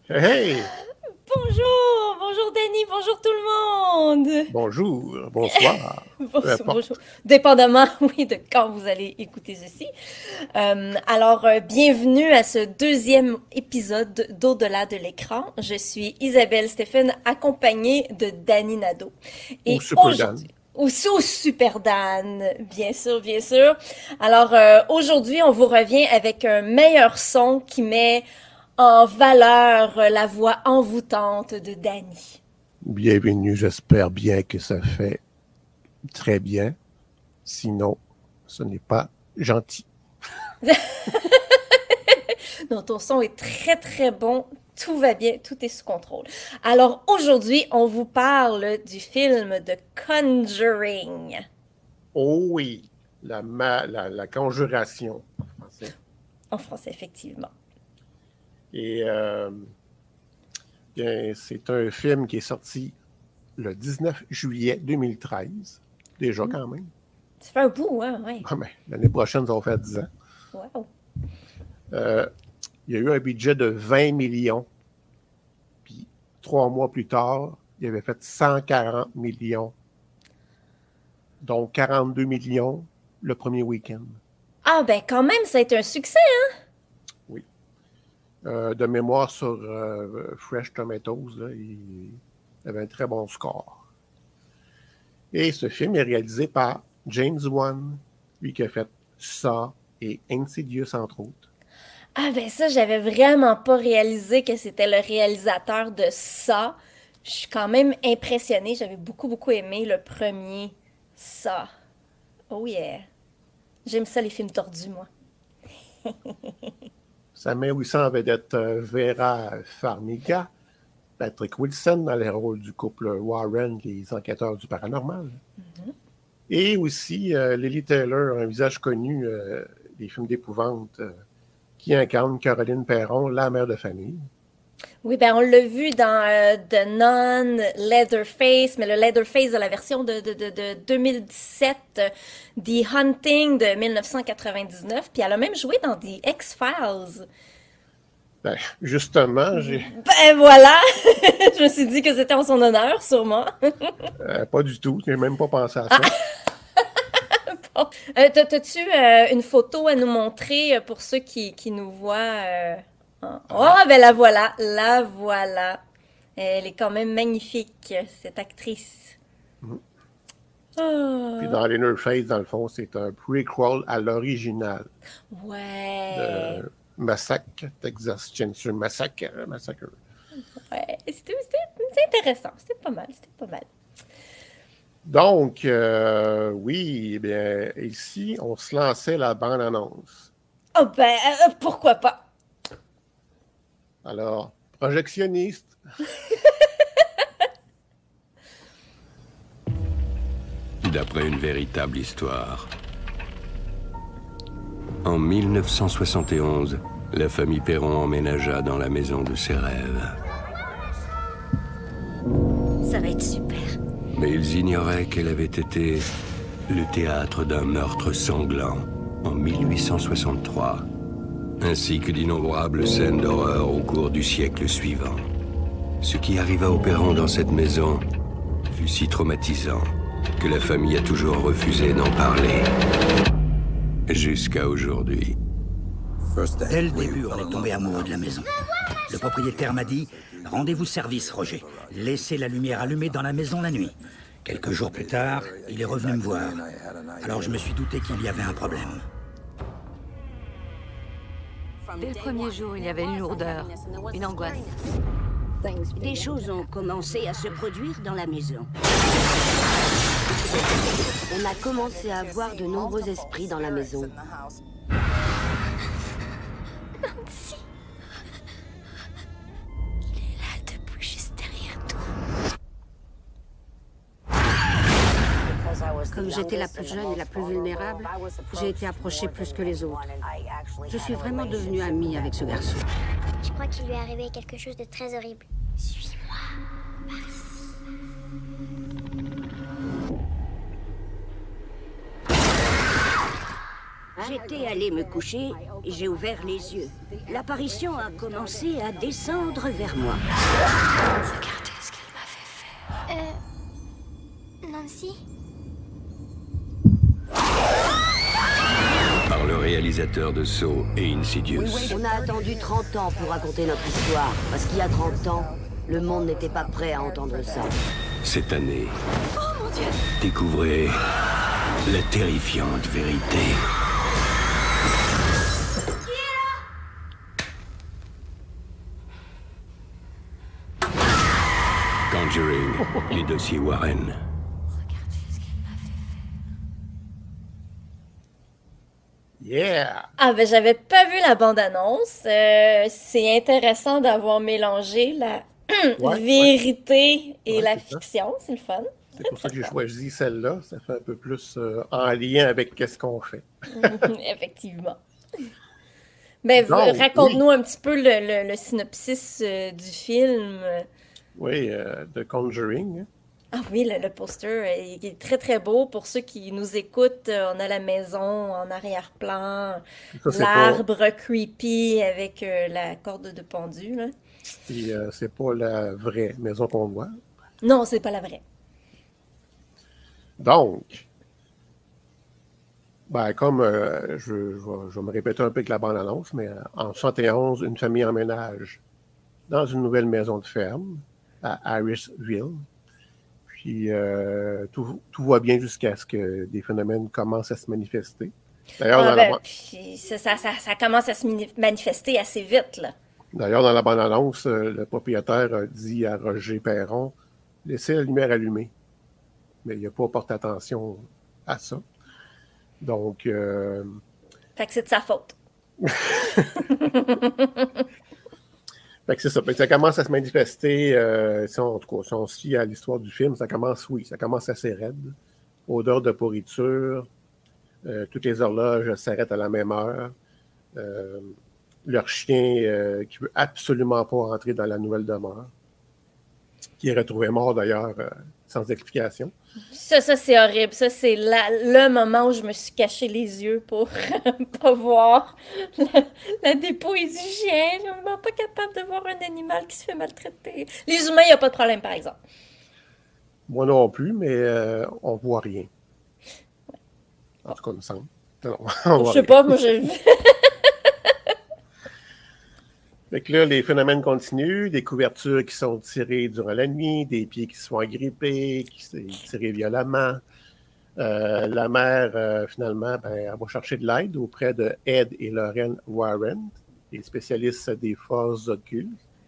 Hey! Bonjour Danny, bonjour tout le monde. Bonjour, bonsoir, peu Bonjour, importe. dépendamment, oui, de quand vous allez écouter ceci. Bienvenue à ce deuxième épisode d'Au-delà de l'écran. Je suis Isabelle Stéphane, accompagnée de Danny Nadeau. Ou Et Super Dan. aujourd'hui, au Super Dan, bien sûr, bien sûr. Aujourd'hui, on vous revient avec un meilleur son qui met en valeur la voix envoûtante de Danny. Bienvenue, j'espère bien que ça fait très bien. Sinon, ce n'est pas gentil. Non, ton son est très très bon. Tout va bien, tout est sous contrôle. Alors aujourd'hui, on vous parle du film The Conjuring. Oh oui, la conjuration en français. En français, effectivement. Et bien, c'est un film qui est sorti le 19 juillet 2013. Déjà quand même. Ça fait un bout, hein, ouais. Ah, ben, l'année prochaine, ça va faire 10 ans. Wow. Il y a eu un budget de 20 millions. Puis 3 mois plus tard, il avait fait 140 millions. Donc 42 millions le premier week-end. Ah ben quand même, ça a été un succès, hein? Oui. De mémoire sur Fresh Tomatoes, là, il avait un très bon score. Et ce film est réalisé par James Wan, lui qui a fait ça et Insidious entre autres. Ah ben ça, j'avais vraiment pas réalisé que c'était le réalisateur de ça. Je suis quand même impressionnée. J'avais beaucoup aimé le premier ça. Oh yeah. J'aime ça les films tordus, moi. Ça met aussi en vedette Vera Farmiga, Patrick Wilson dans les rôles du couple Warren, les enquêteurs du paranormal. Mm-hmm. Et aussi Lily Taylor, un visage connu des films d'épouvante, qui incarne Caroline Perron, la mère de famille. Oui, ben on l'a vu dans The Nun, Leatherface, mais le Leatherface de la version de 2017, The Hunting de 1999, puis elle a même joué dans The X-Files. Ben, justement, j'ai... Ben voilà! Je me suis dit que c'était en son honneur, sûrement. Pas du tout, j'ai même pas pensé à ça. Bon. T'as-tu une photo à nous montrer pour ceux qui nous voient? Oh, ben la voilà. Elle est quand même magnifique, cette actrice. Mm. Oh. Puis dans Leatherface, dans le fond, c'est un prequel à l'original. Ouais. De Massacre, Texas Chainsaw Massacre. Ouais, c'était intéressant, c'était pas mal. Donc, oui, eh bien, ici, on se lançait la bande-annonce. Oh ben, pourquoi pas? Alors, projectionniste. D'après une véritable histoire. En 1971, la famille Perron emménagea dans la maison de ses rêves. Ça va être super. Mais ils ignoraient qu'elle avait été le théâtre d'un meurtre sanglant en 1863, ainsi que d'innombrables scènes d'horreur au cours du siècle suivant. Ce qui arriva aux Perron dans cette maison fut si traumatisant que la famille a toujours refusé d'en parler. Jusqu'à aujourd'hui. Dès le début, on est tombé amoureux de la maison. Le propriétaire m'a dit « Rendez-vous service, Roger. Laissez la lumière allumée dans la maison la nuit. » Quelques jours plus tard, il est revenu me voir. Alors je me suis douté qu'il y avait un problème. Dès le premier jour, il y avait une lourdeur, une angoisse. Des choses ont commencé à se produire dans la maison. On a commencé à voir de nombreux esprits dans la maison. Nancy. Il est là depuis juste derrière toi. Comme j'étais la plus jeune et la plus vulnérable, j'ai été approchée plus que les autres. Je suis vraiment devenue amie avec ce garçon. Je crois qu'il lui est arrivé quelque chose de très horrible. Suis-moi, par ici. J'étais allée me coucher et j'ai ouvert les yeux. L'apparition a commencé à descendre vers moi. Regardez ce qu'elle m'avait fait. Nancy? Par le réalisateur de Saw et Insidious. On a attendu 30 ans pour raconter notre histoire. Parce qu'il y a 30 ans, le monde n'était pas prêt à entendre ça. Cette année, découvrez la terrifiante vérité. Conjuring, les dossiers Warren. Yeah! Ah ben j'avais pas vu la bande-annonce. C'est intéressant d'avoir mélangé la vérité et la fiction, c'est le fun. C'est pour ça que j'ai choisi celle-là. Ça fait un peu plus en lien avec qu'est-ce qu'on fait. Effectivement. Ben, raconte-nous un petit peu le synopsis du film. Oui, de Conjuring. Ah oui, le poster il est très très beau. Pour ceux qui nous écoutent, on a la maison en arrière-plan, l'arbre creepy avec la corde de pendu. Là. Puis c'est pas la vraie maison qu'on voit. Non, c'est pas la vraie. Donc, comme je vais me répéter un peu avec la bande-annonce, mais en 71, une famille emménage dans une nouvelle maison de ferme à Harrisville. Puis tout va bien jusqu'à ce que des phénomènes commencent à se manifester. D'ailleurs, ça commence à se manifester assez vite. Là. D'ailleurs, dans la bande-annonce, le propriétaire a dit à Roger Perron « Laissez la lumière allumée ». Mais il n'a pas porté attention à ça. Donc... Fait que c'est de sa faute. Fait que c'est ça. Ça commence à se manifester, si on se fie à l'histoire du film, ça commence assez raide. Odeur de pourriture, toutes les horloges s'arrêtent à la même heure. Leur chien qui veut absolument pas rentrer dans la nouvelle demeure, qui est retrouvé mort d'ailleurs sans explication. Ça c'est horrible. Ça, c'est le moment où je me suis caché les yeux pour pas voir la dépouille du chien. Je suis vraiment pas capable de voir un animal qui se fait maltraiter. Les humains, il n'y a pas de problème, par exemple. Moi non plus, mais on voit rien. En tout cas, il me semble. Non, je sais pas, moi j'ai... Fait que là, les phénomènes continuent, des couvertures qui sont tirées durant la nuit, des pieds qui se font agripper, qui sont tirés violemment. La mère, finalement, elle va chercher de l'aide auprès de Ed et Lorraine Warren, des spécialistes des forces occultes.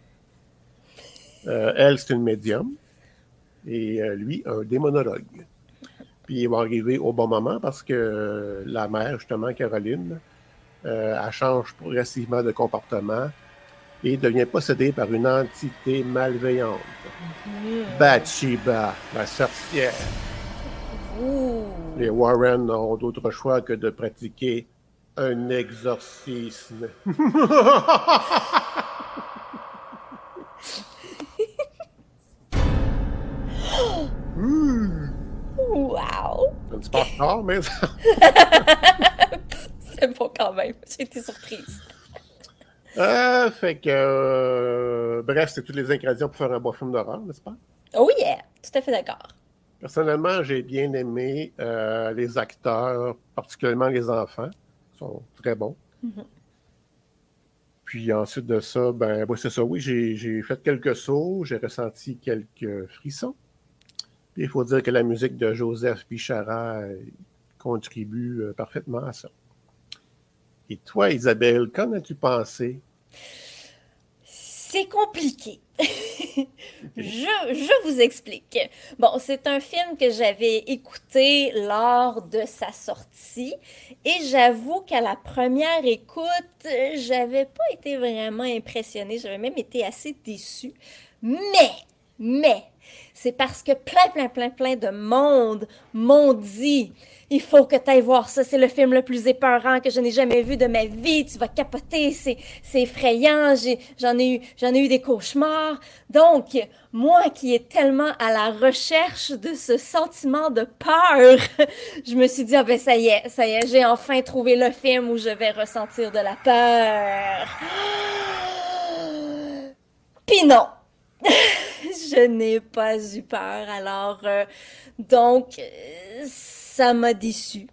Elle, c'est une médium, et lui, un démonologue. Puis ils vont arriver au bon moment parce que la mère, justement, Caroline, elle change progressivement de comportement et devient possédée par une entité malveillante. Bathsheba, la sorcière. Les Warren n'ont d'autre choix que de pratiquer un exorcisme. Wow! Un petit peu tard, mais... C'est bon quand même. J'ai été surprise. Fait que... bref, c'est tous les ingrédients pour faire un bon film d'horreur, n'est-ce pas? Oh yeah! Tout à fait d'accord. Personnellement, j'ai bien aimé les acteurs, particulièrement les enfants. Ils sont très bons. Mm-hmm. Puis ensuite de ça, c'est ça, oui, j'ai fait quelques sauts, j'ai ressenti quelques frissons. Puis il faut dire que la musique de Joseph Bichara contribue parfaitement à ça. Et toi, Isabelle, qu'en as-tu pensé? C'est compliqué. Je vous explique. Bon, c'est un film que j'avais écouté lors de sa sortie et j'avoue qu'à la première écoute, j'avais pas été vraiment impressionnée. J'avais même été assez déçue. Mais c'est parce que plein de monde m'ont dit « Il faut que tu ailles voir ça, c'est le film le plus épeurant que je n'ai jamais vu de ma vie, tu vas capoter, c'est effrayant, j'en ai eu des cauchemars. » Donc, moi qui est tellement à la recherche de ce sentiment de peur, je me suis dit « Ah ben ça y est, j'ai enfin trouvé le film où je vais ressentir de la peur. » Puis non! Je n'ai pas eu peur, alors donc ça m'a déçue.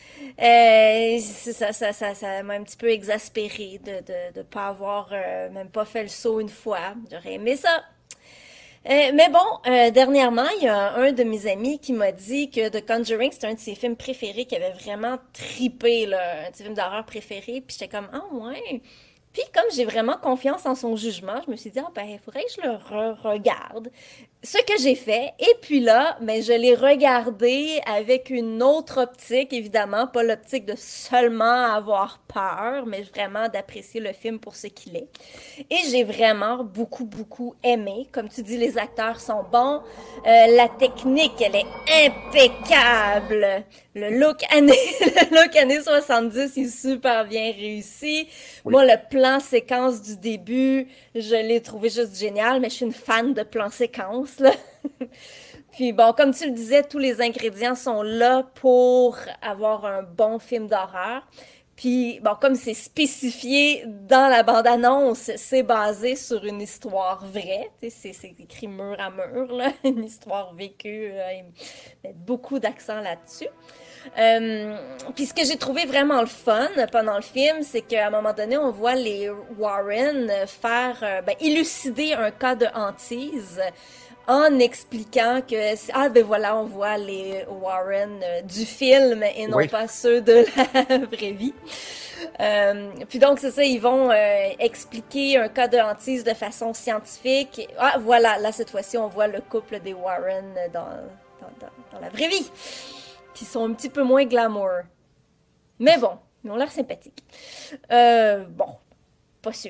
Ça m'a un petit peu exaspérée de pas avoir même pas fait le saut une fois. J'aurais aimé ça. Mais bon, dernièrement, il y a un de mes amis qui m'a dit que The Conjuring, c'était un de ses films préférés, qu'il avait vraiment trippé, là, un de ses films d'horreur préférés. Puis j'étais comme, ah ouais. Puis comme j'ai vraiment confiance en son jugement, je me suis dit, ah ben, il faudrait que je le regarde. Ce que j'ai fait, et puis là, ben, je l'ai regardé avec une autre optique, évidemment, pas l'optique de seulement avoir peur, mais vraiment d'apprécier le film pour ce qu'il est. Et j'ai vraiment beaucoup aimé. Comme tu dis, les acteurs sont bons, la technique, elle est impeccable. Le look années 70 est super bien réussi. Oui. Moi, le plan séquence du début, je l'ai trouvé juste génial, mais je suis une fan de plan séquence, là. Puis bon, comme tu le disais, tous les ingrédients sont là pour avoir un bon film d'horreur. Puis bon, comme c'est spécifié dans la bande-annonce, c'est basé sur une histoire vraie. C'est écrit mur à mur, là, une histoire vécue. Ils mettent beaucoup d'accent là-dessus. Puis ce que j'ai trouvé vraiment le fun pendant le film, c'est qu'à un moment donné, on voit les Warren faire élucider un cas de hantise en expliquant que ben voilà, on voit les Warren du film et non pas ceux de la vraie vie. Puis donc c'est ça, ils vont expliquer un cas de hantise de façon scientifique. Ah voilà, là cette fois-ci on voit le couple des Warren dans la vraie vie, qui sont un petit peu moins glamour. Mais bon, ils ont l'air sympathiques. Bon, pas sûr.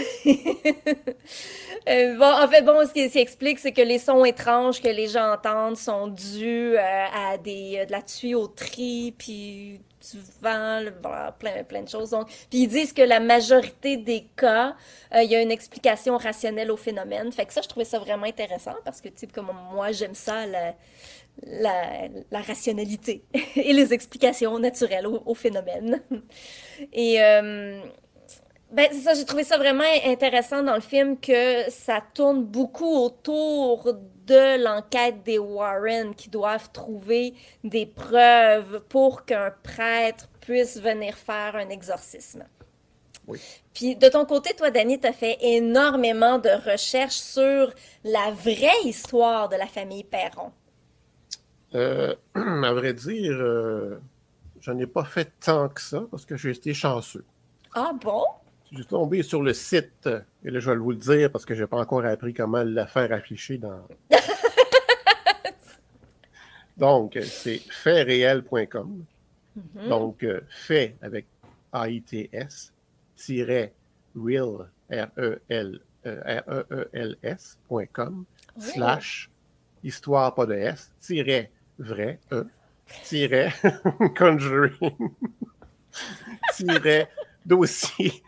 Ce qui explique, c'est que les sons étranges que les gens entendent sont dus à de la tuyauterie, puis du vent, plein de choses. Donc, puis ils disent que la majorité des cas, il y a une explication rationnelle au phénomène. Fait que ça, je trouvais ça vraiment intéressant, parce que, tu sais, comme moi, j'aime ça, la rationalité et les explications naturelles au phénomène. Et c'est ça, j'ai trouvé ça vraiment intéressant dans le film que ça tourne beaucoup autour de l'enquête des Warren qui doivent trouver des preuves pour qu'un prêtre puisse venir faire un exorcisme. Oui. Puis de ton côté, toi, Danny, tu as fait énormément de recherches sur la vraie histoire de la famille Perron. À vrai dire, je n'ai pas fait tant que ça parce que j'ai été chanceux. Ah bon? Je suis tombé sur le site, et là je vais vous le dire parce que je n'ai pas encore appris comment la faire afficher dans... Donc, c'est faitreel.com. Mm-hmm. Donc, fait avec A-I-T-S, real, R-E-E-L-S.com, /histoire, pas de S, vrai, conjuring, dossier.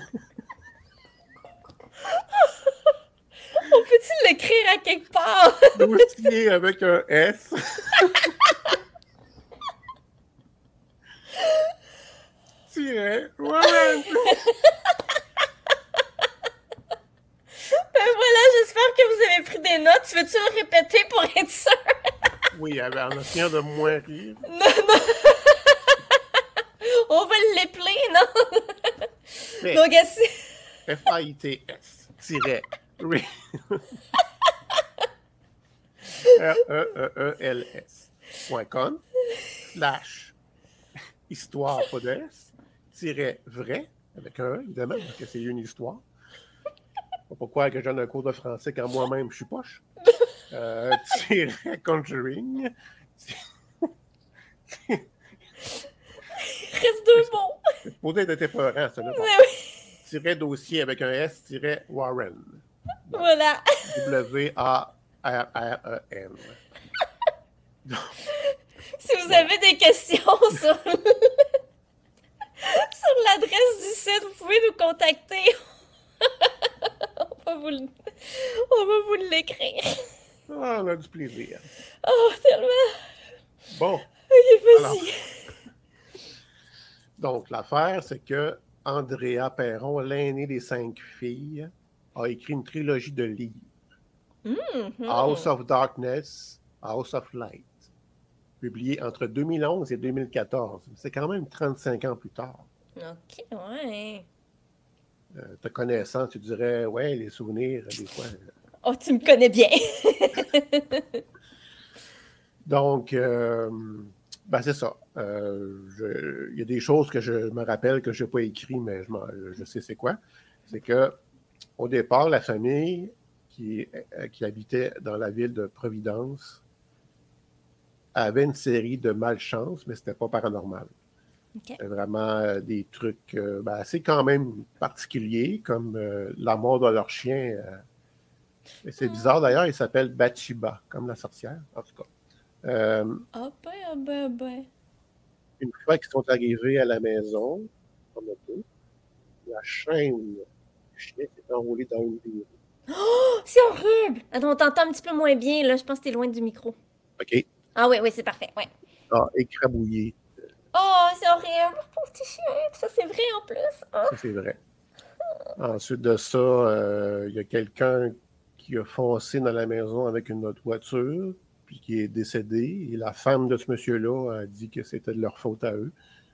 On peut-il l'écrire à quelque part? Dossier avec un S. Warren. Ben voilà, j'espère que vous avez pris des notes. Veux-tu le répéter pour être sûr? Oui, en essayant de moins rire. Non. On va l'épeler, non? Donc, FAITS REEELS.com / histoire pas de S vrai avec un évidemment parce que c'est une histoire. Pas pourquoi que je donne un cours de français quand moi-même je suis poche. Conjuring. Il reste deux mots. C'est supposé être épeurant, ça, là. Oui. Dossier avec un S, Warren. Donc, voilà. W-A-R-R-E-N. R-R-E-N. Si vous avez des questions sur, sur l'adresse du site, vous pouvez nous contacter. On va vous l'écrire. Ah, on a du plaisir. Oh, tellement. Bon. Ok, vas-y. Donc, l'affaire, c'est que Andrea Perron, l'aînée des 5 filles, a écrit une trilogie de livres. House of Darkness, House of Light, publié entre 2011 et 2014. C'est quand même 35 ans plus tard. Ok, ouais. Te connaissant, tu dirais, ouais, les souvenirs, des fois. Oh, tu me connais bien. Donc, ben c'est ça. Il y a des choses que je me rappelle que je n'ai pas écrit, mais je sais c'est quoi. C'est que au départ, la famille qui habitait dans la ville de Providence avait une série de malchances, mais ce n'était pas paranormal. Okay. C'était vraiment des trucs assez quand même particuliers, comme la mort de leur chien. Et c'est bizarre d'ailleurs, il s'appelle Bathsheba, comme la sorcière, en tout cas. Une fois qu'ils sont arrivés à la maison, la chaîne du chien s'est enroulée dans une des roues. Oh, c'est horrible! Attends, on t'entend un petit peu moins bien, là. Je pense que t'es loin du micro. OK. Ah oui, c'est parfait, ouais. Ah, écrabouillé. Oh, c'est horrible! Pauvre petit chien! Ça, c'est vrai en plus. Hein? Ça, c'est vrai. Ensuite de ça, il y a quelqu'un qui a foncé dans la maison avec une autre voiture, puis qui est décédé. Et la femme de ce monsieur-là a dit que c'était de leur faute à eux.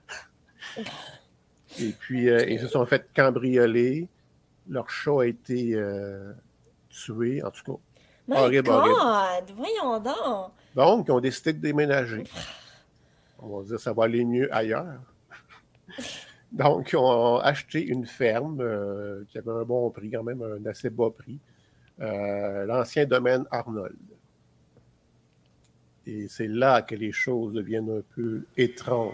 Et puis, ils se sont fait cambrioler. Leur chat a été tué, en tout cas. Horrible. Voyons donc! Donc, ils ont décidé de déménager. On va dire ça va aller mieux ailleurs. Donc, ils ont acheté une ferme qui avait un bon prix, quand même un assez bas prix. L'ancien domaine Arnold. Et c'est là que les choses deviennent un peu étranges.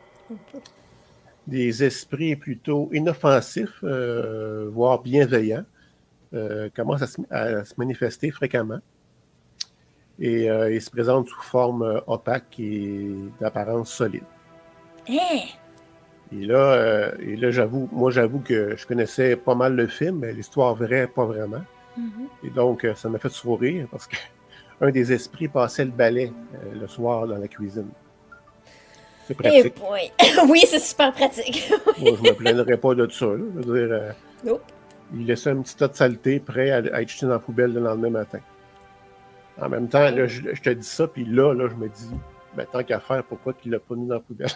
Des esprits plutôt inoffensifs, voire bienveillants, commencent à se manifester fréquemment. Et ils se présentent sous forme opaque et d'apparence solide. Hey! Et là, j'avoue que je connaissais pas mal le film, mais l'histoire vraie, pas vraiment. Mm-hmm. Et donc, ça m'a fait sourire parce qu'un des esprits passait le balai le soir dans la cuisine. C'est pratique. Oui, c'est super pratique. Moi, je me plaindrais pas de ça. Là. Je veux dire, nope. Il laissait un petit tas de saleté prêt à être jeté dans la poubelle le lendemain matin. En même temps, là, je te dis ça, puis là, je me dis, ben, tant qu'à faire, pourquoi qu'il l'a pas mis dans la poubelle?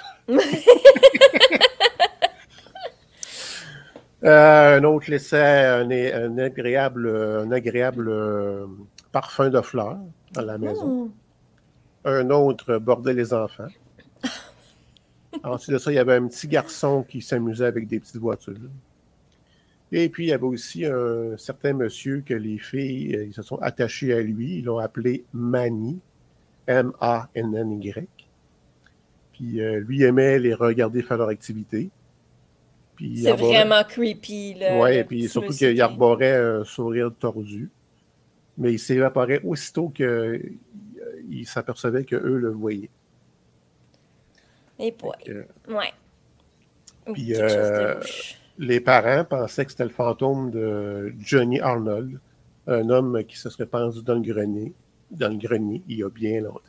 Un autre laissait un agréable parfum de fleurs dans la maison. Un autre bordait les enfants. Ensuite de ça, il y avait un petit garçon qui s'amusait avec des petites voitures. Et puis, il y avait aussi un certain monsieur que les filles ils se sont attachées à lui. Ils l'ont appelé Manny, M-A-N-N-Y. Puis, lui aimait les regarder faire leur activité. C'est vraiment creepy, là. Oui, et puis surtout qu'il arborait un sourire tordu. Mais il s'évaporait aussitôt qu'il s'apercevait qu'eux le voyaient. Et boy. Ouais. Puis les parents pensaient que c'était le fantôme de Johnny Arnold, un homme qui se serait pendu dans le grenier il y a bien longtemps.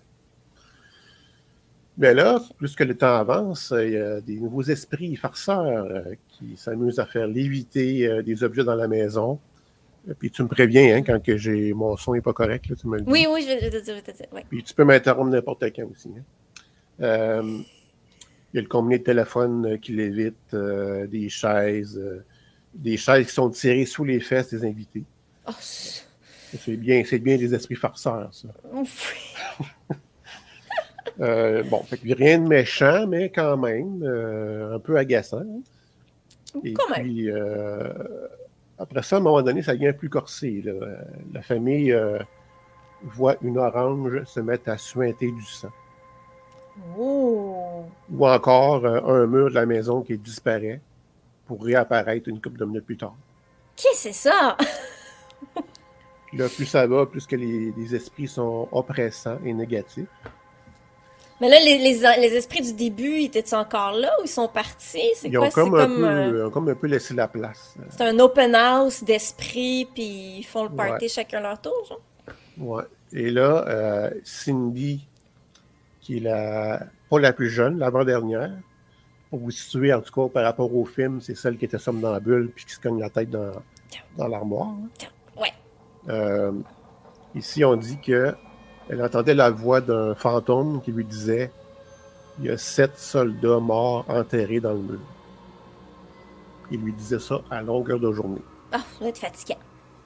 Mais là, plus que le temps avance, il y a des nouveaux esprits farceurs qui s'amusent à faire léviter des objets dans la maison. Puis tu me préviens quand que mon son n'est pas correct, là, tu me le dis. Oui, je vais te dire. Ouais. Puis tu peux m'interrompre n'importe quand aussi. Il y a le combiné de téléphone qui lévite, des chaises qui sont tirées sous les fesses des invités. Oh. C'est bien des esprits farceurs, ça. Fait que rien de méchant, mais quand même un peu agaçant. Hein? Et puis, après ça, à un moment donné, ça devient plus corsé. Là. La famille voit une orange se mettre à suinter du sang. Oh. Ou encore un mur de la maison qui disparaît pour réapparaître une couple de minutes plus tard. Qu'est-ce que c'est ça? Puis là, plus ça va, plus que les esprits sont oppressants et négatifs. Mais là, les esprits du début, ils étaient encore là ou ils sont partis? C'est Ils quoi? ont comme, comme un peu laissé la place. C'est un open house d'esprits, puis ils font le party chacun leur tour, genre? Ouais. Et là, Cindy, qui est pas la plus jeune, l'avant-dernière, pour vous situer, en tout cas, par rapport au film, c'est celle qui était somnambule puis qui se cogne la tête dans l'armoire. Ouais. Ici, on dit que elle entendait la voix d'un fantôme qui lui disait « Il y a 7 soldats morts enterrés dans le mur. » Il lui disait ça à longueur de journée. Ah, vous êtes fatiguant.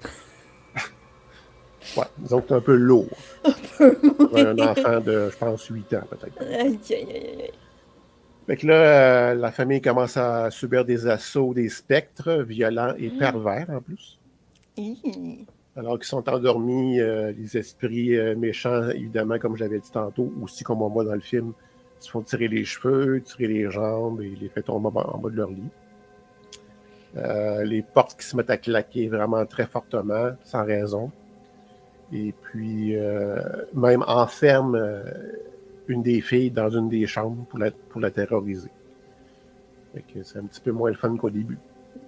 Ouais, disons que c'est un peu lourd. Un peu, pour un enfant de, je pense, 8 ans, peut-être. Aïe, aïe, aïe, aïe. Fait que là, la famille commence à subir des assauts des spectres violents et pervers, en plus. Alors qu'ils sont endormis, les esprits méchants, évidemment, comme je l'avais dit tantôt, aussi comme on voit dans le film, ils se font tirer les cheveux, tirer les jambes et les fait tomber en bas de leur lit. Les portes qui se mettent à claquer vraiment très fortement, sans raison. Et puis, même enferme une des filles dans une des chambres pour la terroriser. Fait que c'est un petit peu moins le fun qu'au début.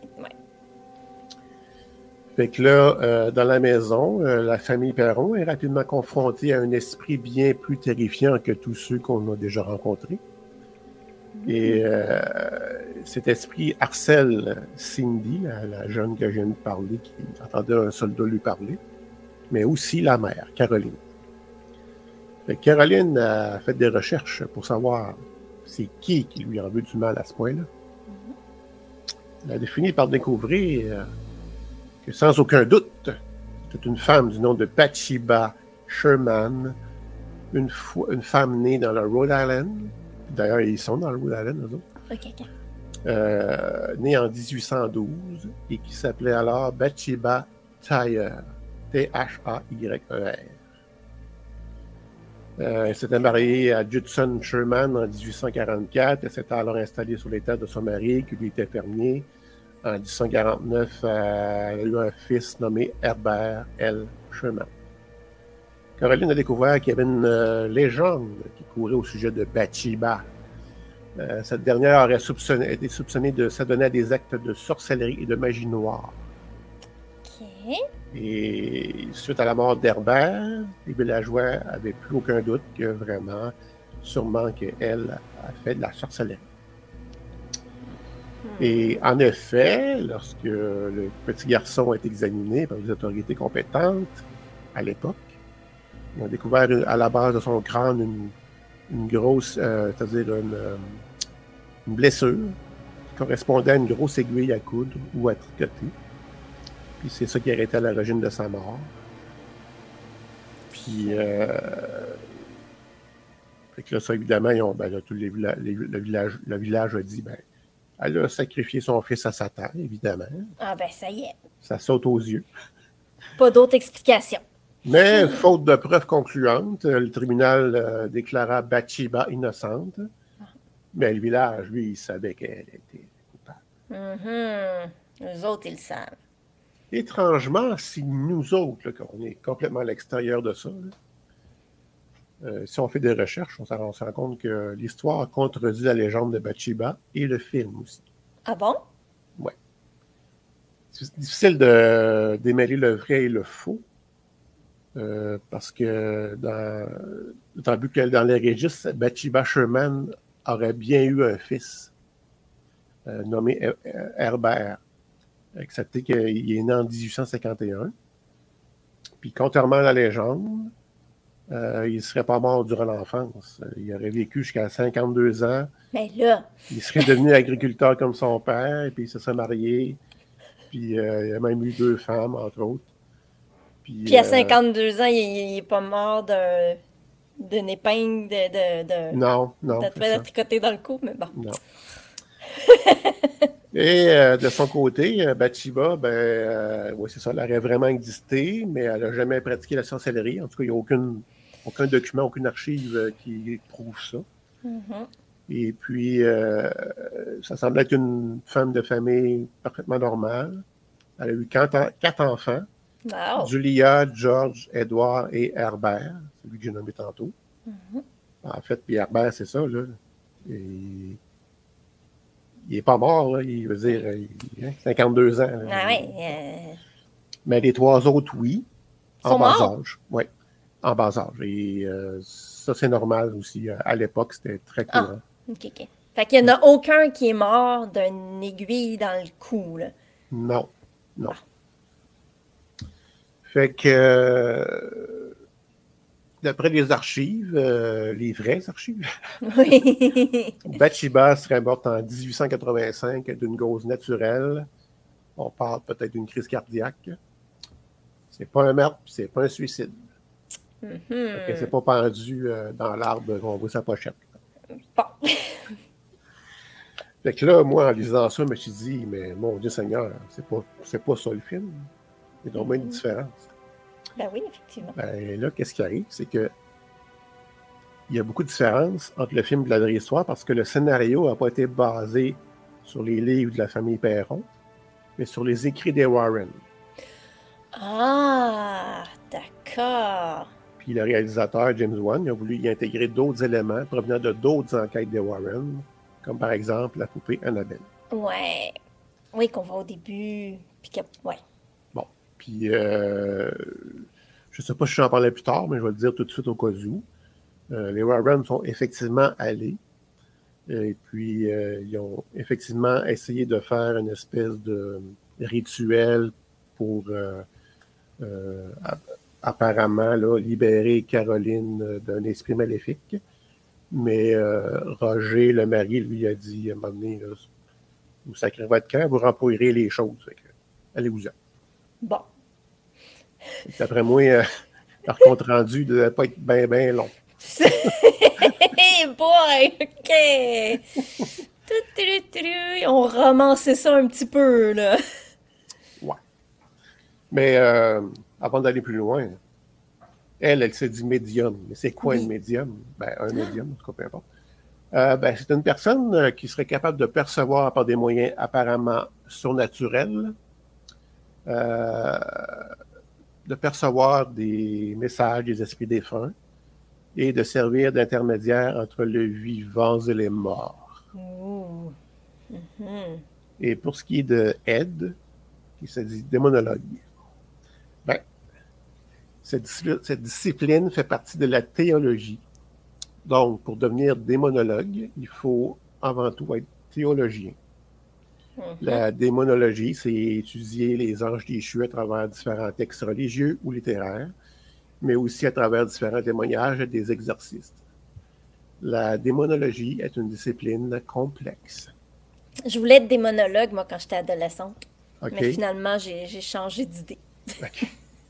Fait que là, dans la maison, la famille Perron est rapidement confrontée à un esprit bien plus terrifiant que tous ceux qu'on a déjà rencontrés. Et cet esprit harcèle Cindy, la jeune que je viens de parler, qui entendait un soldat lui parler, mais aussi la mère, Caroline. Fait que Caroline a fait des recherches pour savoir c'est qui lui en veut du mal à ce point-là. Elle a fini par découvrir que sans aucun doute, c'est une femme du nom de Bathsheba Sherman, une femme née dans le Rhode Island. D'ailleurs, ils sont dans le Rhode Island, eux autres. Née en 1812 et qui s'appelait alors Bathsheba Thayer. T-H-A-Y-E-R. Elle s'était mariée à Judson Sherman en 1844. Elle s'était alors installée sur les terres de son mari, qui lui était fermier. En 1849, elle a eu un fils nommé Herbert L. Sherman. Caroline a découvert qu'il y avait une légende qui courait au sujet de Bathsheba. Cette dernière aurait été soupçonnée de s'adonner à des actes de sorcellerie et de magie noire. OK. Et suite à la mort d'Herbert, les villageois n'avaient plus aucun doute que vraiment, sûrement qu'elle a fait de la sorcellerie. Et en effet, lorsque le petit garçon a été examiné par les autorités compétentes à l'époque, ils ont découvert à la base de son crâne une grosse, c'est-à-dire une blessure qui correspondait à une grosse aiguille à coudre ou à tricoter. Puis c'est ça qui aurait été à l'origine de sa mort. Puis, fait que là, ça, évidemment, là, le village a dit, elle a sacrifié son fils à Satan, évidemment. Ah ça y est. Ça saute aux yeux. Pas d'autre explication. Mais, faute de preuves concluantes, le tribunal déclara Bathsheba innocente. Mais le village, lui, il savait qu'elle était coupable. Eux autres, ils le savent. Étrangement, si nous autres, là, qu'on est complètement à l'extérieur de ça, si on fait des recherches, on se rend compte que l'histoire contredit la légende de Bathsheba et le film aussi. Ah bon? Oui. C'est difficile de démêler le vrai et le faux, parce que dans les registres, Bathsheba Sherman aurait bien eu un fils nommé Herbert. Excepté qu'il est né en 1851. Puis, contrairement à la légende, il ne serait pas mort durant l'enfance. Il aurait vécu jusqu'à 52 ans. Mais là... Il serait devenu agriculteur comme son père, et puis il se serait marié. Puis, il a même eu 2 femmes, entre autres. Puis à 52 ans, il n'est pas mort d'une épingle Non. De tricoter dans le cou, mais bon. Non. Et de son côté, Bathsheba, oui, c'est ça, elle aurait vraiment existé, mais elle n'a jamais pratiqué la sorcellerie. En tout cas, il n'y a aucun document, aucune archive qui prouve ça. Et puis, ça semble être une femme de famille parfaitement normale. Elle a eu 4 enfants, Wow. Julia, George, Edward et Herbert, celui que j'ai nommé tantôt. En fait, puis Herbert, c'est ça, là. Il n'est pas mort, là. Il veut dire, il a 52 ans. Là. Ah ouais. Mais les 3 autres, oui. Ils sont bas morts? âge. Oui, en bas âge. Et ça, c'est normal aussi. À l'époque, c'était très courant. OK. Fait qu'il n'y en a aucun qui est mort d'une aiguille dans le cou, là. Non. Fait que, d'après les archives, les vraies archives, Oui. Bathsheba serait morte en 1885 d'une cause naturelle. On parle peut-être d'une crise cardiaque. C'est pas un meurtre, c'est pas un suicide. Elle ne s'est pas pendue dans l'arbre qu'on voit sa pochette. Bon. Fait que là, moi, en lisant ça, je me suis dit, mais mon Dieu Seigneur, c'est pas ça le film. Il y a donc une différence. Ben oui, effectivement. Ben là, qu'est-ce qui arrive? C'est que il y a beaucoup de différences entre le film et la vraie histoire parce que le scénario n'a pas été basé sur les livres de la famille Perron, mais sur les écrits des Warren. Ah, d'accord. Puis le réalisateur, James Wan, il a voulu y intégrer d'autres éléments provenant de d'autres enquêtes des Warren, comme par exemple la poupée Annabelle. Ouais. Oui, qu'on voit au début. Puis que, ouais. Bon. Puis, je sais pas si je vais en parler plus tard, mais je vais le dire tout de suite au cas où. Les Warren sont effectivement allés. Et puis, ils ont effectivement essayé de faire une espèce de rituel pour apparemment là, libérer Caroline d'un esprit maléfique. Mais Roger, le mari, lui a dit à un moment donné, là, vous sacrez votre camp, vous rempouillerez les choses. Allez-vous-en. Bon. D'après moi, leur compte rendu ne devait pas être bien long. Hey boy! OK! Ils ont romancé ça un petit peu, là. Ouais. Mais avant d'aller plus loin, elle se dit médium. Mais c'est quoi un médium? Ben, un médium, en tout cas, peu importe. Ben, c'est une personne qui serait capable de percevoir par des moyens apparemment surnaturels, de percevoir des messages des esprits défunts et de servir d'intermédiaire entre les vivants et les morts. Ouh. Et pour ce qui est de Ed, qui se dit démonologue, ben, cette discipline fait partie de la théologie. Donc, pour devenir démonologue, il faut avant tout être théologien. La démonologie, c'est étudier les anges déchus à travers différents textes religieux ou littéraires, mais aussi à travers différents témoignages des exorcistes. La démonologie est une discipline complexe. Je voulais être démonologue, moi, quand j'étais adolescente. Okay. Mais finalement, j'ai changé d'idée. Okay.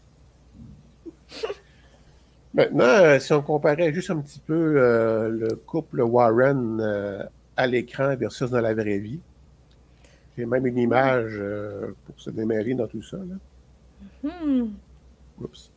Maintenant, si on comparait juste un petit peu le couple Warren à l'écran versus dans la vraie vie, j'ai même une image pour se démêler dans tout ça. Là. Oups.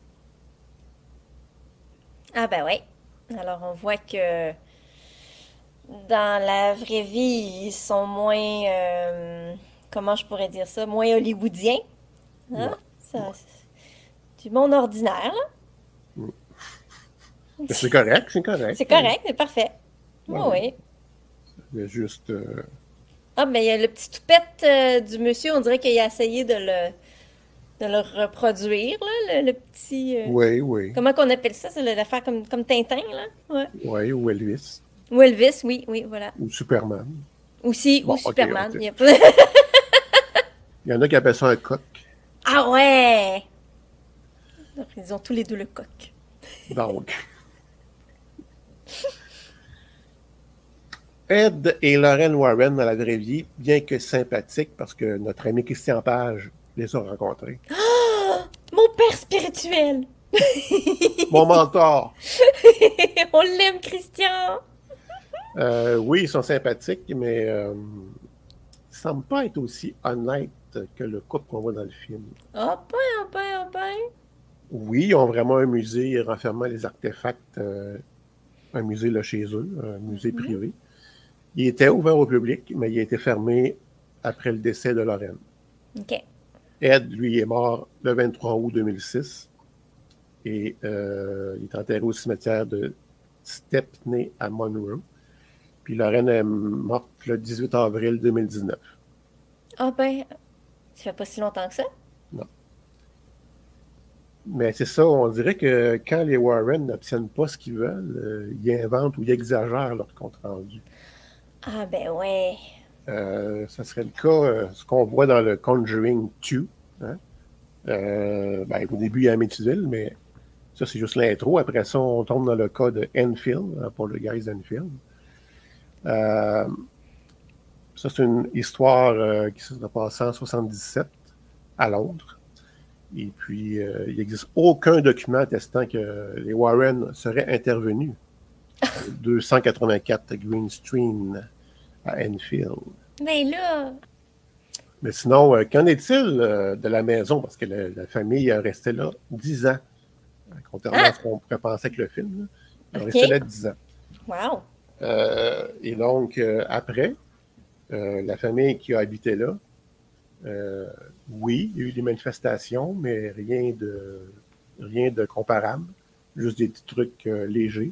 Ah ben oui. Alors, on voit que dans la vraie vie, ils sont moins... comment je pourrais dire ça? Moins hollywoodiens. Hein? Ouais. Ça, c'est du monde ordinaire, là. C'est correct, c'est correct. C'est correct, c'est parfait. Ouais. Oui. Il y a juste... Ah, mais il y a le petit toupette du monsieur, on dirait qu'il a essayé de le reproduire, là, le petit... Oui. Comment qu'on appelle ça? C'est l'affaire comme Tintin, là? Ouais. Oui, ou Elvis. Ou Elvis, oui, voilà. Ou Superman. Aussi, bon, ou Superman. Okay. Il y a pas... Il y en a qui appellent ça un coq. Ah ouais! Donc, ils ont tous les deux le coq. Donc... Ed et Lorraine Warren dans la vraie vie, bien que sympathiques, parce que notre ami Christian Page les a rencontrés. Oh, mon père spirituel! Mon mentor! On l'aime, Christian! Oui, ils sont sympathiques, mais ils ne semblent pas être aussi honnêtes que le couple qu'on voit dans le film. Ah ben! Oui, ils ont vraiment un musée renfermant les artefacts, un musée là chez eux, un musée privé. Il était ouvert au public, mais il a été fermé après le décès de Lorraine. OK. Ed, lui, est mort le 23 août 2006 et il est enterré au cimetière de Stepney à Monroe. Puis Lorraine est morte le 18 avril 2019. Ah ben, ça fait pas si longtemps que ça? Non. Mais c'est ça, on dirait que quand les Warren n'obtiennent pas ce qu'ils veulent, ils inventent ou ils exagèrent leur compte-rendu. Ah ben ouais. Ça serait le cas, ce qu'on voit dans le Conjuring 2. Hein? Au début, il y a Amityville, mais ça, c'est juste l'intro. Après ça, on tombe dans le cas de Enfield, pour le Guys Enfield. Ça, c'est une histoire qui s'est passée en 1977 à Londres. Et puis, il n'existe aucun document attestant que les Warren seraient intervenus. 284 Green Street à Enfield. Mais là... Mais sinon, qu'en est-il de la maison? Parce que la famille est restée là 10 ans. Contrairement à ce qu'on pourrait penser avec le film. Là. Elle est restée là 10 ans. Wow! Et donc, après, la famille qui a habité là, oui, il y a eu des manifestations, mais rien de comparable. Juste des petits trucs légers.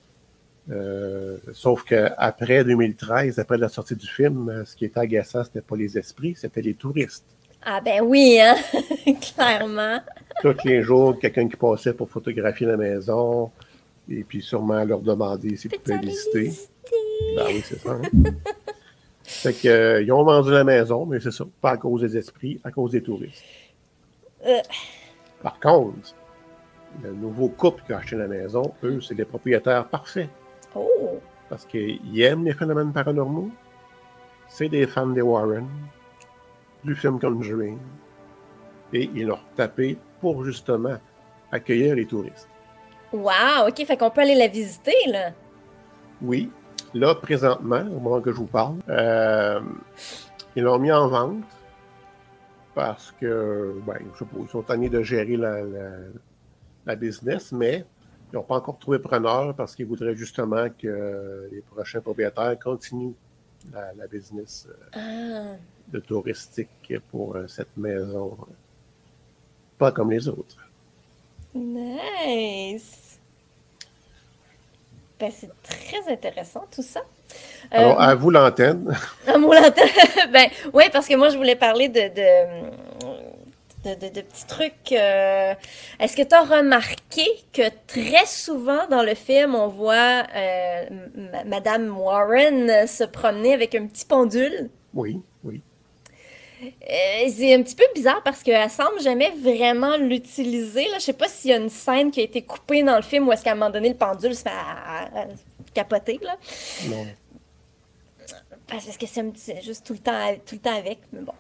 Sauf qu'après 2013, après la sortie du film, ce qui était agaçant, c'était pas les esprits, c'était les touristes. Ah ben oui, hein? Clairement. Tous les jours, quelqu'un qui passait pour photographier la maison, et puis sûrement leur demander s'ils pouvaient visiter. Ben oui, c'est ça. Hein? Fait qu'ils ont vendu la maison, mais c'est ça, pas à cause des esprits, à cause des touristes. Par contre, le nouveau couple qui a acheté la maison, eux, c'est des propriétaires parfaits. Oh! Parce qu'ils aiment les phénomènes paranormaux. C'est des fans des Warren, du film Conjuring. Et ils l'ont tapé pour justement accueillir les touristes. Wow! OK, fait qu'on peut aller la visiter, là. Oui. Là, présentement, au moment que je vous parle, ils l'ont mis en vente parce que, je sais pas, ils sont tannés de gérer la business, mais ils n'ont pas encore trouvé preneur parce qu'ils voudraient justement que les prochains propriétaires continuent la business de touristique pour cette maison. Pas comme les autres. Nice! Ben, c'est très intéressant, tout ça. Alors, à vous l'antenne. À moi l'antenne. Ben, oui, parce que moi, je voulais parler de petits trucs. Est-ce que tu as remarqué que très souvent dans le film, on voit Madame Warren se promener avec un petit pendule? Oui, oui. C'est un petit peu bizarre parce qu'elle semble jamais vraiment l'utiliser. Je sais pas s'il y a une scène qui a été coupée dans le film où est-ce qu'à un moment donné, le pendule se met à capoter. Là. Non. Parce que c'est juste tout le temps avec. Mais bon.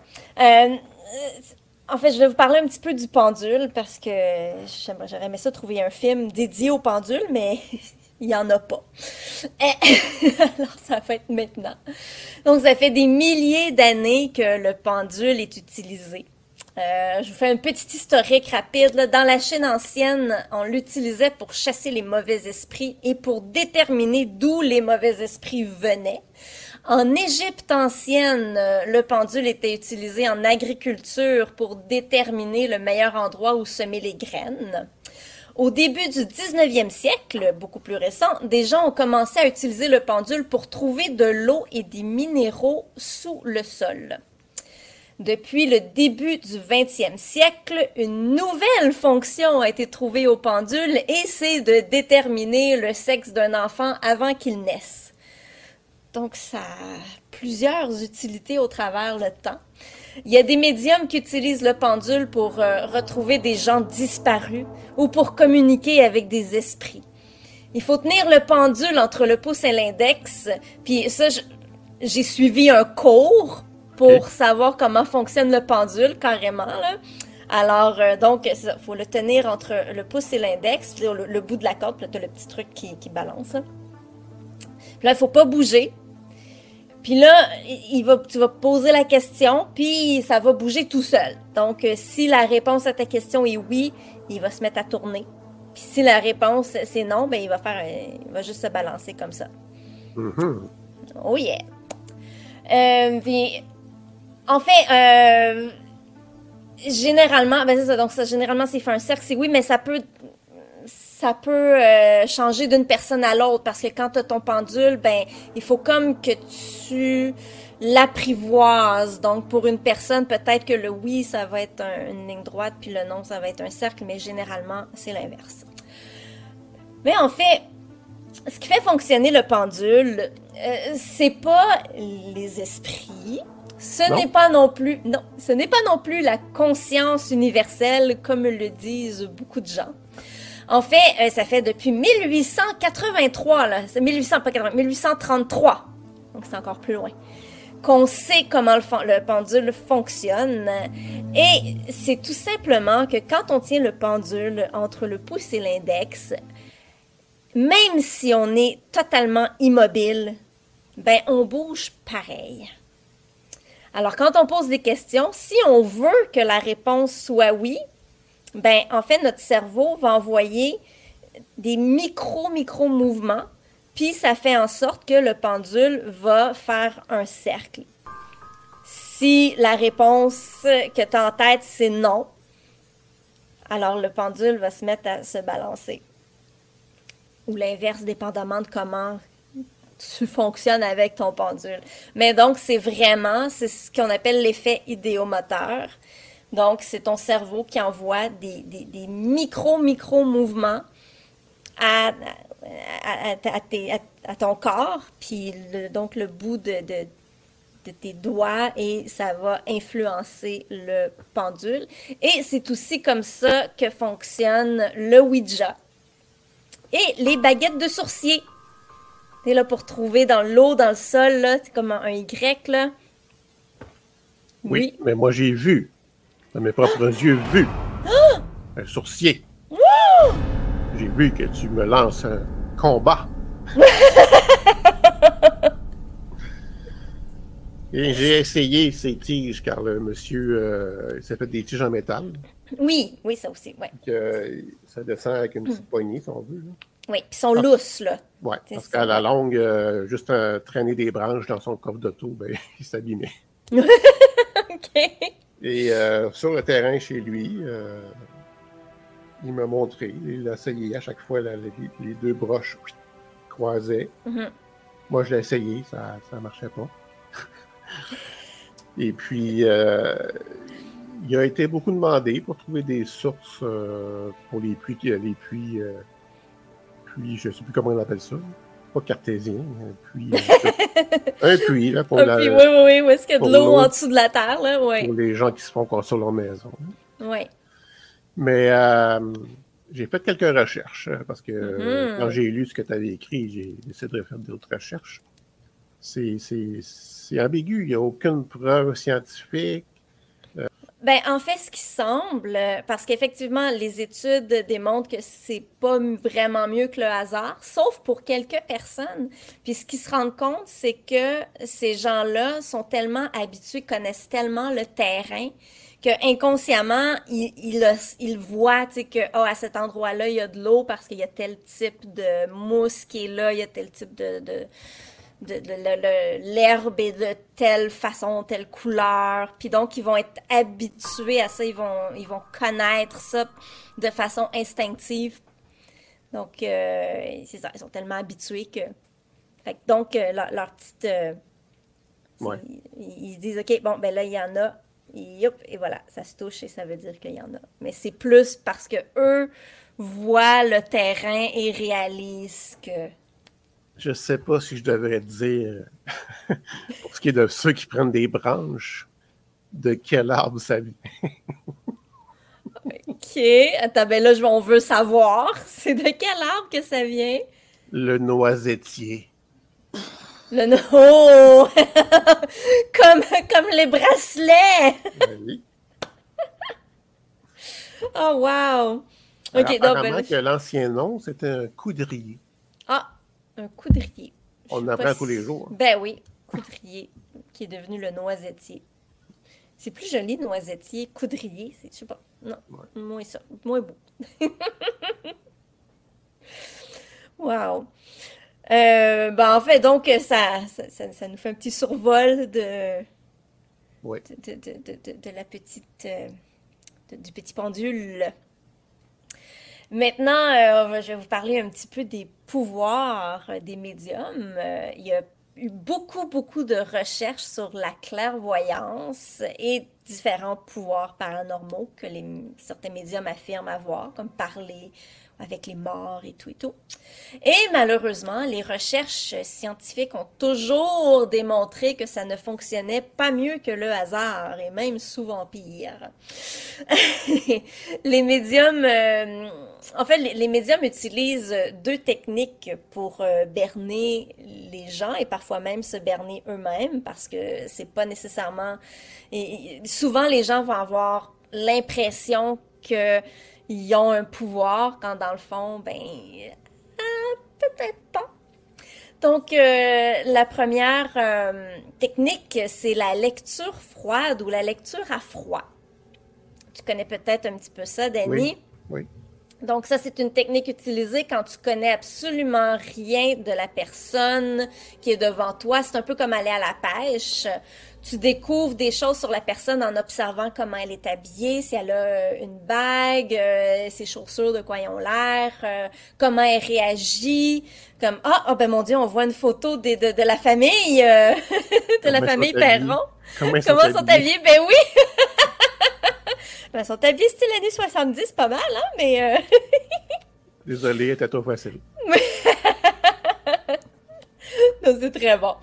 En fait, je vais vous parler un petit peu du pendule parce que j'aurais aimé ça trouver un film dédié au pendule, mais il n'y en a pas. Alors, ça va être maintenant. Donc, ça fait des milliers d'années que le pendule est utilisé. Je vous fais un petit historique rapide. Là. Dans la Chine ancienne, on l'utilisait pour chasser les mauvais esprits et pour déterminer d'où les mauvais esprits venaient. En Égypte ancienne, le pendule était utilisé en agriculture pour déterminer le meilleur endroit où semer les graines. Au début du 19e siècle, beaucoup plus récent, des gens ont commencé à utiliser le pendule pour trouver de l'eau et des minéraux sous le sol. Depuis le début du 20e siècle, une nouvelle fonction a été trouvée au pendule et c'est de déterminer le sexe d'un enfant avant qu'il naisse. Donc, ça a plusieurs utilités au travers le temps. Il y a des médiums qui utilisent le pendule pour retrouver des gens disparus ou pour communiquer avec des esprits. Il faut tenir le pendule entre le pouce et l'index. Puis ça, j'ai suivi un cours pour savoir comment fonctionne le pendule, carrément. Là. Alors, donc, il faut le tenir entre le pouce et l'index, puis le bout de la corde, puis là, tu as le petit truc qui balance. Là. Puis là, il ne faut pas bouger. Puis là, tu vas poser la question, puis ça va bouger tout seul. Donc, si la réponse à ta question est oui, il va se mettre à tourner. Puis si la réponse c'est non, ben il va juste se balancer comme ça. Mm-hmm. Oh yeah! Puis, en fait, généralement, ben c'est ça, donc ça, généralement, c'est fait un cercle, c'est oui, mais ça peut changer d'une personne à l'autre, parce que quand tu as ton pendule, ben, il faut comme que tu l'apprivoises. Donc, pour une personne, peut-être que le oui, ça va être une ligne droite, puis le non, ça va être un cercle, mais généralement, c'est l'inverse. Mais en fait, ce qui fait fonctionner le pendule, c'est pas les esprits, ce n'est pas non plus la conscience universelle, comme le disent beaucoup de gens. En fait, ça fait depuis 1883, là, c'est 1833, donc c'est encore plus loin, qu'on sait comment le pendule fonctionne. Et c'est tout simplement que quand on tient le pendule entre le pouce et l'index, même si on est totalement immobile, ben on bouge pareil. Alors quand on pose des questions, si on veut que la réponse soit oui, ben en fait notre cerveau va envoyer des micro-mouvements, puis ça fait en sorte que le pendule va faire un cercle. Si la réponse que tu as en tête c'est non, alors le pendule va se mettre à se balancer. Ou l'inverse, dépendamment de comment tu fonctionnes avec ton pendule. Mais donc, c'est ce qu'on appelle l'effet idéomoteur. Donc, c'est ton cerveau qui envoie des micro-mouvements à ton corps, puis donc le bout de tes doigts, et ça va influencer le pendule. Et c'est aussi comme ça que fonctionne le Ouija. Et les baguettes de sourcier. T'es là pour trouver dans l'eau, dans le sol, là, c'est comme un Y, là. Oui, mais moi j'ai vu, de mes propres yeux, un sourcier. J'ai vu que tu me lances un combat. Et j'ai essayé ces tiges, car le monsieur s'est fait des tiges en métal. Oui, ça aussi, oui. Ça descend avec une petite poignée, si on veut. Là. Oui, puis ils sont lousses, là. Oui, parce qu'à la longue, juste traîner des branches dans son coffre d'auto, ben, il s'abîmait. OK. Et sur le terrain chez lui, il m'a montré, il a essayé à chaque fois, les deux broches croisaient. Mm-hmm. Moi, je l'ai essayé, ça ne marchait pas. Et puis, il a été beaucoup demandé pour trouver des sources pour les puits, je ne sais plus comment on appelle ça, pas cartésien, un puits, là, pour oui, où est-ce qu'il y a de l'eau en dessous de la terre, là, oui. Pour les gens qui se font construire leur maison. Oui. Mais j'ai fait quelques recherches, parce que quand j'ai lu ce que tu avais écrit, j'ai décidé de faire d'autres recherches. C'est ambigu, il n'y a aucune preuve scientifique. Ben, en fait, ce qui semble, parce qu'effectivement, les études démontrent que c'est pas vraiment mieux que le hasard, sauf pour quelques personnes. Puis ce qu'ils se rendent compte, c'est que ces gens-là sont tellement habitués, connaissent tellement le terrain, que inconsciemment, ils voient, tu sais, que à cet endroit-là, il y a de l'eau parce qu'il y a tel type de mousse qui est là, il y a tel type l'herbe est de telle façon, telle couleur, puis donc ils vont être habitués à ça, ils vont connaître ça de façon instinctive. Donc c'est ça, ils sont tellement habitués que donc leur petite ils se disent OK, bon ben là il y en a, et voilà, ça se touche et ça veut dire qu'il y en a. Mais c'est plus parce que eux voient le terrain et réalisent que je sais pas si je devrais te dire, pour ce qui est de ceux qui prennent des branches, de quel arbre ça vient. OK. Attends, ben là, on veut savoir. C'est de quel arbre que ça vient? Le noisetier. Oh! comme les bracelets! Oui. Oh, wow! OK, apparemment que l'ancien nom, c'était un coudrier. Ah! Un coudrier. On apprend tous les jours. Ben oui, coudrier, qui est devenu le noisetier. C'est plus joli, noisetier, coudrier, je sais pas. Non, moins ça, moins beau. Wow. Ben en fait, donc, ça nous fait un petit survol de la petite du petit pendule. Maintenant, je vais vous parler un petit peu des pouvoirs des médiums. Il y a eu beaucoup de recherches sur la clairvoyance et différents pouvoirs paranormaux que certains médiums affirment avoir, comme parler avec les morts et tout et tout. Et malheureusement, les recherches scientifiques ont toujours démontré que ça ne fonctionnait pas mieux que le hasard, et même souvent pire. Les médiums, les médiums utilisent deux techniques pour berner les gens et parfois même se berner eux-mêmes, parce que c'est pas nécessairement... souvent, les gens vont avoir l'impression que ils ont un pouvoir, quand dans le fond, peut-être pas. Donc, la première technique, c'est la lecture froide ou la lecture à froid. Tu connais peut-être un petit peu ça, Danny? Oui. Donc, ça, c'est une technique utilisée quand tu connais absolument rien de la personne qui est devant toi. C'est un peu comme aller à la pêche. Tu découvres des choses sur la personne en observant comment elle est habillée, si elle a une bague, ses chaussures, de quoi ils ont l'air, comment elle réagit. Comme, ben mon Dieu, on voit une photo de la famille, de la famille Perron. Comment sont habillés? Ben oui! Ben, ils sont habillés style années 70, pas mal, hein, mais... Désolé, était trop facile. Non, c'est très bon.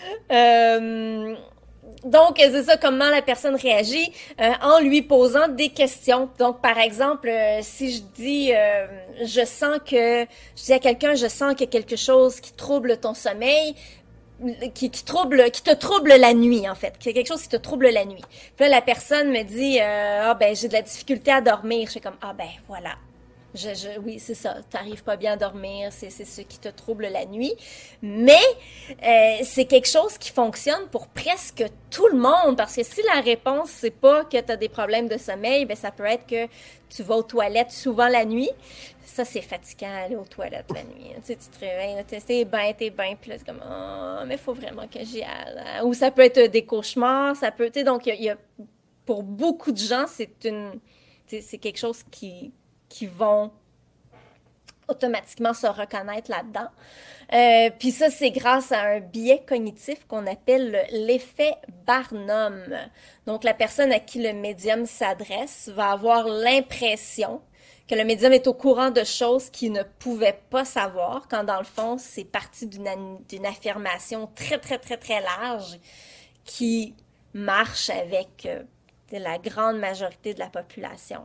Donc, c'est ça, comment la personne réagit en lui posant des questions. Donc, par exemple, si je dis, je dis à quelqu'un, je sens qu'il y a quelque chose qui trouble ton sommeil, qui te trouble la nuit, en fait. Qu'il y a quelque chose qui te trouble la nuit. Puis là, la personne me dit, j'ai de la difficulté à dormir. Je suis comme, voilà. Oui, c'est ça. T'arrives pas bien à dormir, c'est ce qui te trouble la nuit. Mais c'est quelque chose qui fonctionne pour presque tout le monde, parce que si la réponse c'est pas que t'as des problèmes de sommeil, ben ça peut être que tu vas aux toilettes souvent la nuit. Ça, c'est fatigant, aller aux toilettes la nuit. Tu sais, tu te réveilles, t'es bien, puis là, c'est comme, mais il faut vraiment que j'y aille. Ou ça peut être des cauchemars, ça peut, tu sais, donc, il y a, pour beaucoup de gens, c'est quelque chose qui vont automatiquement se reconnaître là-dedans. Puis ça, c'est grâce à un biais cognitif qu'on appelle l'effet Barnum. Donc, la personne à qui le médium s'adresse va avoir l'impression que le médium est au courant de choses qu'il ne pouvait pas savoir, quand dans le fond, c'est parti d'une affirmation très, très, très, très large qui marche avec la grande majorité de la population.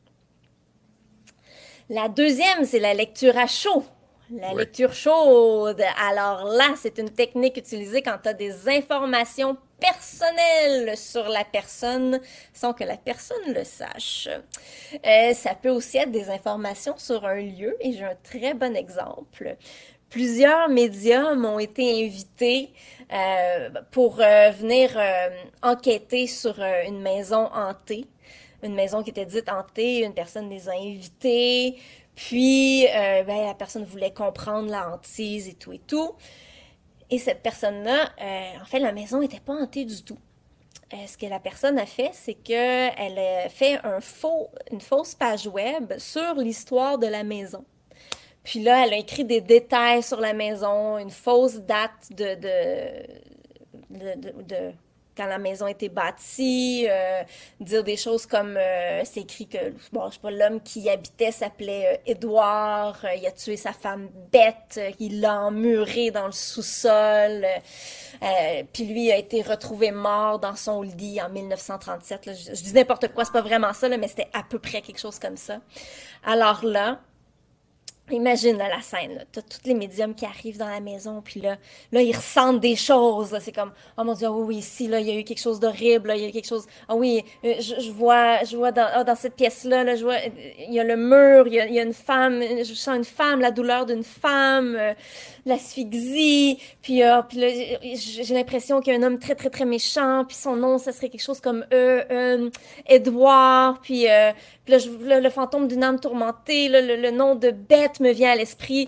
La deuxième, c'est la lecture à chaud. Lecture chaude. Alors là, c'est une technique utilisée quand tu as des informations personnelles sur la personne sans que la personne le sache. Ça peut aussi être des informations sur un lieu, et j'ai un très bon exemple. Plusieurs médiums ont été invités pour venir enquêter sur une maison hantée. Une maison qui était dite hantée, une personne les a invités, puis la personne voulait comprendre la hantise et tout et tout. Et cette personne-là, en fait, la maison n'était pas hantée du tout. Ce que la personne a fait, c'est qu'elle a fait une fausse page web sur l'histoire de la maison. Puis là, elle a écrit des détails sur la maison, une fausse date de quand la maison a été bâtie, dire des choses comme, c'est écrit que, je sais pas, l'homme qui y habitait s'appelait Édouard, il a tué sa femme Bette, il l'a emmuré dans le sous-sol, puis lui a été retrouvé mort dans son lit en 1937. Là, je dis n'importe quoi, c'est pas vraiment ça, là, mais c'était à peu près quelque chose comme ça. Alors là, imagine là, la scène, t'as tous les médiums qui arrivent dans la maison, puis là ils ressentent des choses, là, c'est comme, oh mon Dieu, oui, ici, là, il y a eu quelque chose d'horrible, là, il y a eu quelque chose, je vois dans cette pièce-là, là, je vois, il y a le mur, il y a une femme, je sens une femme, la douleur d'une femme, l'asphyxie, puis là, j'ai l'impression qu'il y a un homme très, très, très méchant, puis son nom, ça serait quelque chose comme Édouard, puis là, le fantôme d'une âme tourmentée, là, le nom de Bette me vient à l'esprit.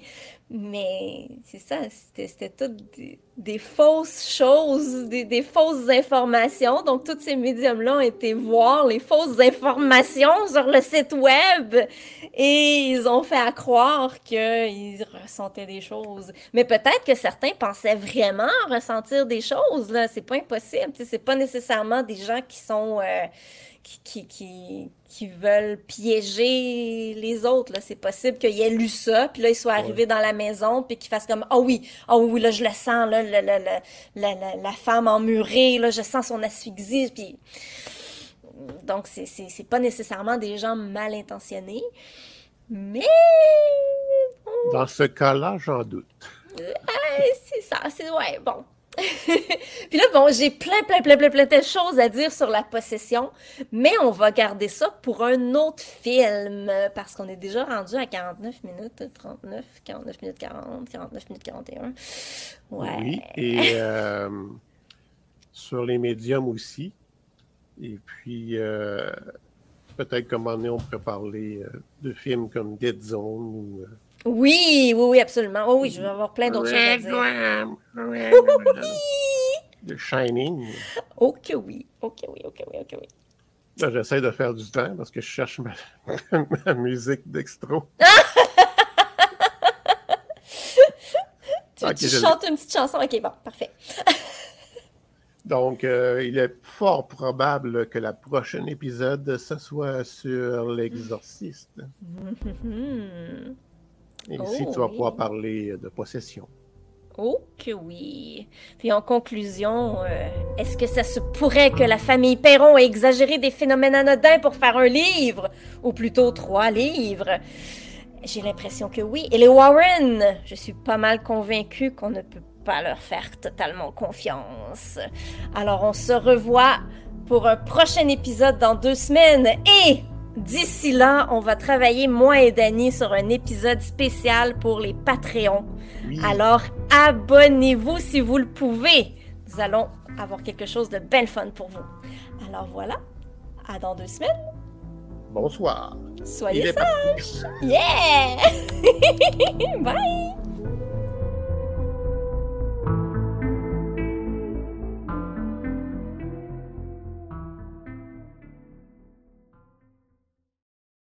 Mais c'est ça, c'était toutes des fausses choses, des fausses informations. Donc, tous ces médiums-là ont été voir les fausses informations sur le site web et ils ont fait à croire qu'ils ressentaient des choses. Mais peut-être que certains pensaient vraiment ressentir des choses, là. C'est pas impossible. Tu sais, c'est pas nécessairement des gens qui sont... qui veulent piéger les autres, là. C'est possible qu'ils aient lu ça, puis là, ils soient arrivés dans la maison, puis qu'ils fassent comme « Ah oui, là, je le sens, là, la femme emmurée, là, je sens son asphyxie. » Puis... Donc, c'est pas nécessairement des gens mal intentionnés, mais... Dans ce cas-là, j'en doute. C'est ça, ouais, bon. Puis là, bon, j'ai plein de choses à dire sur la possession, mais on va garder ça pour un autre film, parce qu'on est déjà rendu à 49 minutes 39, 49 minutes 40, 49 minutes 41. Ouais. Oui, et sur les médiums aussi. Et puis, peut-être qu'à un moment donné, on pourrait parler de films comme Dead Zone ou... Oui, absolument. Oh, oui, je vais avoir plein d'autres choses à dire. The Shining. Ok, oui. Là, j'essaie de faire du temps parce que je cherche ma musique d'extro. Tu chantes une petite chanson? Ok, bon, parfait. Donc, il est fort probable que le prochain épisode, ce soit sur l'exorciste. Et ici, tu vas pouvoir parler de possession. Oh que oui. Puis en conclusion, est-ce que ça se pourrait que la famille Perron ait exagéré des phénomènes anodins pour faire un livre? Ou plutôt 3 livres? J'ai l'impression que oui. Et les Warren, je suis pas mal convaincue qu'on ne peut pas leur faire totalement confiance. Alors on se revoit pour un prochain épisode dans 2 semaines. Et... d'ici là, on va travailler, moi et Dani, sur un épisode spécial pour les Patreons. Oui. Alors, abonnez-vous si vous le pouvez. Nous allons avoir quelque chose de bien fun pour vous. Alors voilà, à dans 2 semaines. Bonsoir. Soyez sages. Yeah! Bye!